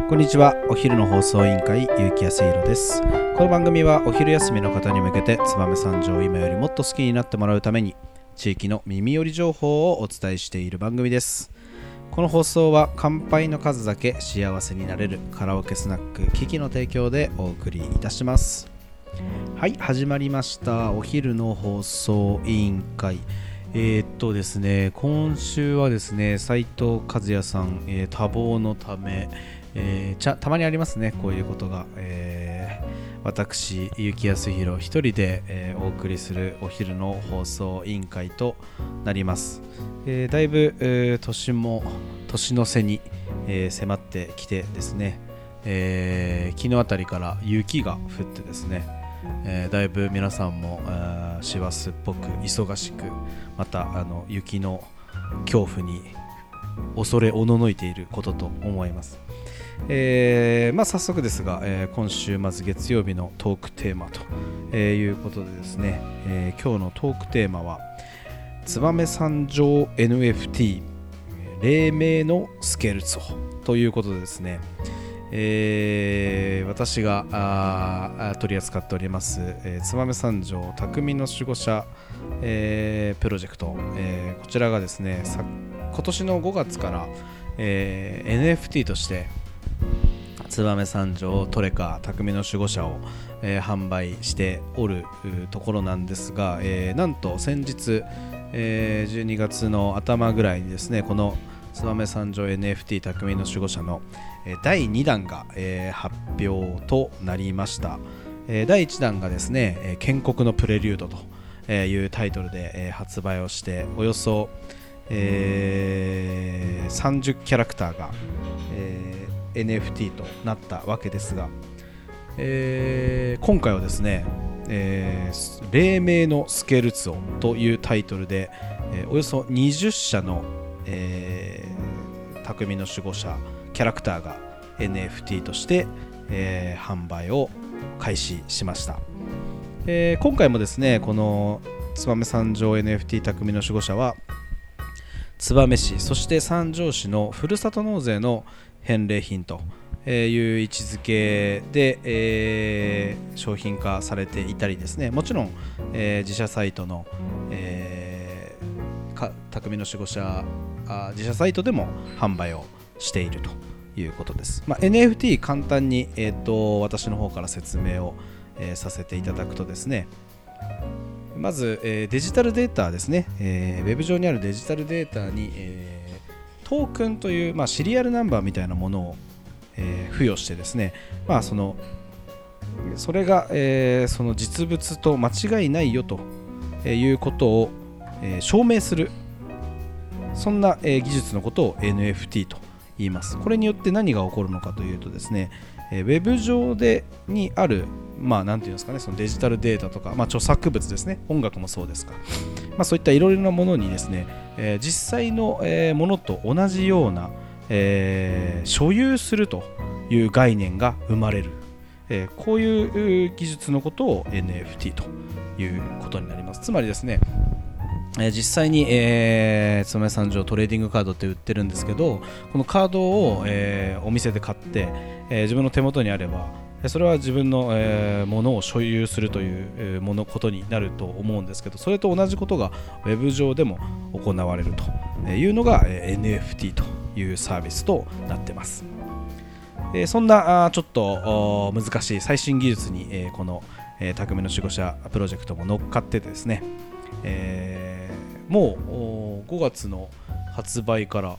こんにちは。お昼の放送委員会結城康弘です。この番組はお昼休みの方に向けて燕三条を今よりもっと好きになってもらうために地域の耳寄り情報をお伝えしている番組です。この放送は乾杯の数だけ幸せになれるカラオケスナックキキの提供でお送りいたします。はい、始まりました。お昼の放送委員会。ですね、今週はですね、斉藤和也さん、多忙のため、たまにありますね、こういうことが。私、結城康弘一人で、お送りするお昼の放送委員会となります。だいぶ、年の瀬に、迫ってきてですね、昨日あたりから雪が降ってですね、だいぶ皆さんも師走っぽく忙しく、また雪の恐怖に恐れおののいていることと思います。早速ですが、今週末月曜日のトークテーマということでですね、今日のトークテーマは燕三条 NFT 黎明のスケルツォということでですね、私が取り扱っております、燕三条匠の守護者、プロジェクト、こちらがですね今年の5月から、NFT として燕三条トレカ匠の守護者を、販売しておるところなんですが、なんと先日、12月の頭ぐらいにですね、この燕三条 NFT 匠の守護者の第2弾が発表となりました。第1弾がですね建国のプレリュードというタイトルで発売をして、およそ30キャラクターがNFT となったわけですが、今回はですね、黎明のスケルツォというタイトルで、およそ20社の、匠の守護者キャラクターが NFT として、販売を開始しました。今回もですね、この燕三条 NFT 匠の守護者は燕市、そして三条市のふるさと納税の返礼品という位置づけで、商品化されていたりですね、もちろん、自社サイトの、匠の守護者自社サイトでも販売をしているということです。NFT 簡単に、私の方から説明を、させていただくとですね、まず、デジタルデータですね、ウェブ上にあるデジタルデータに、トークンという、シリアルナンバーみたいなものを、付与してですね、それが、その実物と間違いないよということを、証明する、そんな、技術のことを NFT と言います。これによって何が起こるのかというとですね、ウェブ上にあるなんていうんですかね、そのデジタルデータとか、著作物ですね、音楽もそうですが、そういったいろいろなものにですね、実際の、ものと同じような、所有するという概念が生まれる、こういう技術のことを NFT ということになります。つまりですね、実際に燕三条トレーディングカードって売ってるんですけど、このカードを、お店で買って、自分の手元にあればそれは自分の、ものを所有するということになると思うんですけど、それと同じことがウェブ上でも行われるというのが NFT というサービスとなっています。そんなちょっと難しい最新技術に、この匠の守護者プロジェクトも乗っかってですね、もう5月の発売から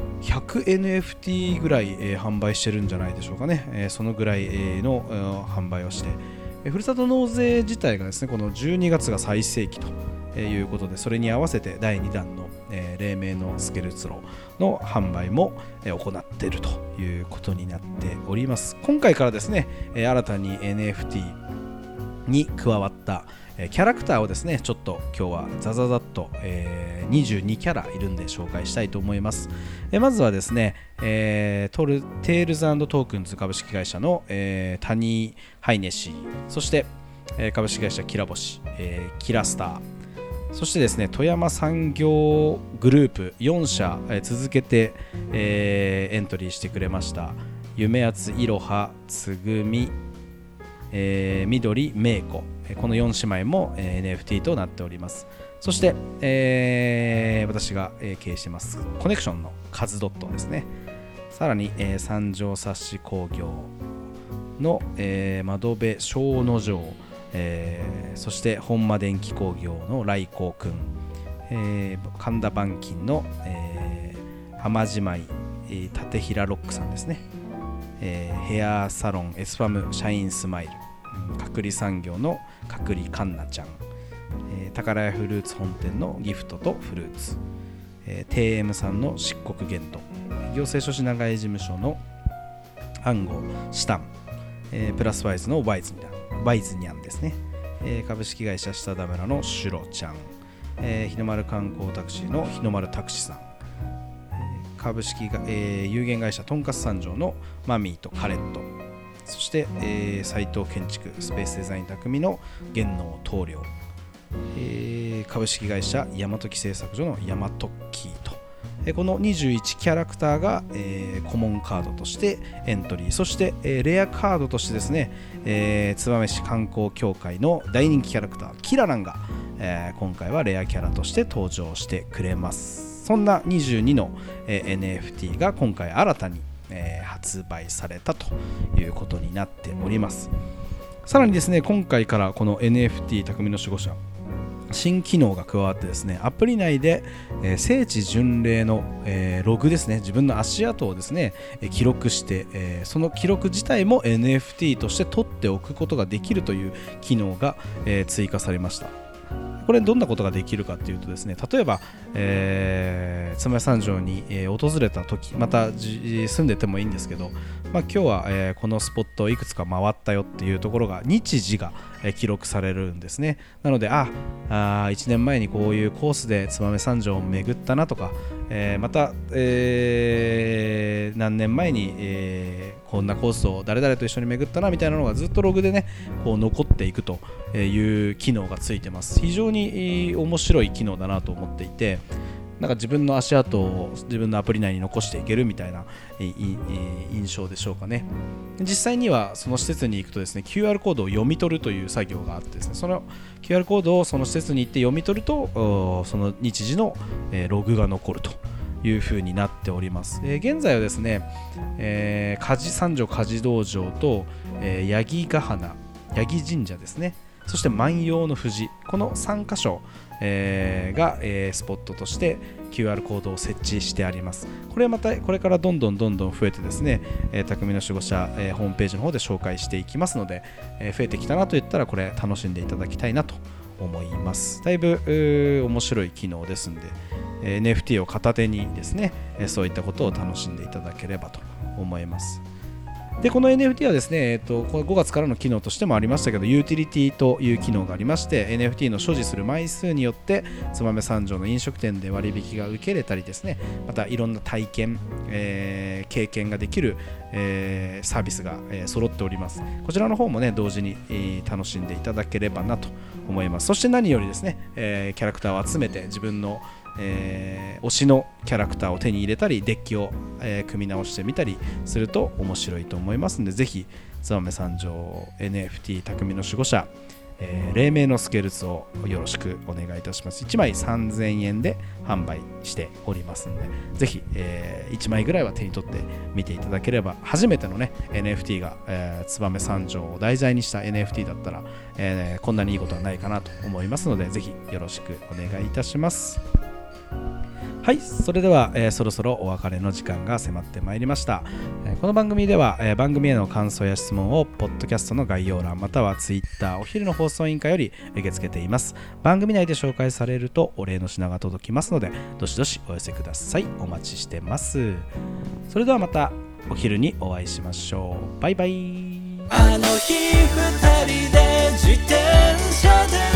100NFT ぐらい、販売してるんじゃないでしょうかね。そのぐらい、の、販売をして、ふるさと納税自体がですね、この12月が最盛期ということで、それに合わせて第2弾の、黎明のスケルツロの販売も、行っているということになっております。今回からですね、新たに NFT に加わったキャラクターをですね、ちょっと今日はザザザッと、22キャラいるんで紹介したいと思います。まずはですね、テールズ&トークンズ株式会社の、タニー・ハイネシー、そして、株式会社キラボシ、キラスター、そしてですね、富山産業グループ4社、続けて、エントリーしてくれました夢厚いろはつぐみ、緑めいこ、この4姉妹も、NFT となっております。そして、私が、経営してますコネクションのカズドットですね。さらに、三条冊子工業の、窓辺小野城、そして本間電機工業の来光くん、神田板金の、浜じまい、立平ロックさんですね。ヘアサロンエスファムシャインスマイル、隔離産業の隔離カンナちゃん、宝屋フルーツ本店のギフトとフルーツ、TM さんの漆黒玄度、行政書士長井事務所の暗号シタン、プラスワイズのワイズニャンですね、株式会社下田村のシュロちゃん、日の丸観光タクシーの日の丸タクシーさん、株式が、有限会社とんかつ三条のマミーとカレット、そして、斉藤建築スペースデザイン匠の玄能棟梁、株式会社大和木製作所の大和キーと、この21キャラクターが、コモンカードとしてエントリー、そして、レアカードとしてですね、燕市観光協会の大人気キャラクターキラランが、今回はレアキャラとして登場してくれます。そんな22の、NFT が今回新たに、発売されたということになっております。さらにですね、今回からこの NFT 匠の守護者新機能が加わってですね、アプリ内で、聖地巡礼の、ログですね、自分の足跡をですね、記録して、その記録自体も NFT として取っておくことができるという機能が、追加されました。これどんなことができるかというとですね、例えば、燕三条に、訪れた時、また住んでてもいいんですけど、今日は、このスポットをいくつか回ったよっていうところが日時が、記録されるんですね。なので1年前にこういうコースで燕三条を巡ったなとか、また、何年前に、こんなコースを誰々と一緒に巡ったなみたいなのがずっとログでねこう残っていくという機能がついてます。非常に面白い機能だなと思っていて、なんか自分の足跡を自分のアプリ内に残していけるみたいな印象でしょうかね。実際にはその施設に行くとですね QR コードを読み取るという作業があってですね、その QR コードをその施設に行って読み取るとその日時のログが残るという風になっております。現在はですね、三条家事道場と、八木ヶ花八木神社ですね、そして万葉の藤、この3カ所、が、スポットとして QR コードを設置してあります。これまたこれからどんどん増えてですね、匠の守護者、ホームページの方で紹介していきますので、増えてきたなといったらこれ楽しんでいただきたいなと思います。だいぶ面白い機能ですんで、NFT を片手にですね、そういったことを楽しんでいただければと思います。でこの NFT はですね、5月からの機能としてもありましたけど、ユーティリティという機能がありまして、 NFT の所持する枚数によって燕三条の飲食店で割引が受けれたりですね、またいろんな体験、経験ができる、サービスが、揃っております。こちらの方もね同時に、楽しんでいただければなと思います。そして何よりですね、キャラクターを集めて自分の推しのキャラクターを手に入れたりデッキを、組み直してみたりすると面白いと思いますので、ぜひ燕三条 NFT 匠の守護者、黎明のスケルツをよろしくお願いいたします。1枚3000円で販売しておりますので、ぜひ、1枚ぐらいは手に取ってみていただければ、初めてのね NFT が、燕三条を題材にした NFT だったら、こんなにいいことはないかなと思いますので、ぜひよろしくお願いいたします。はい、それでは、そろそろお別れの時間が迫ってまいりました。この番組では、番組への感想や質問をポッドキャストの概要欄またはツイッターお昼の放送委員会より受け付けています。番組内で紹介されるとお礼の品が届きますので、どしどしお寄せください。お待ちしてます。それではまたお昼にお会いしましょう。バイバイ。 あの日二人で自転車で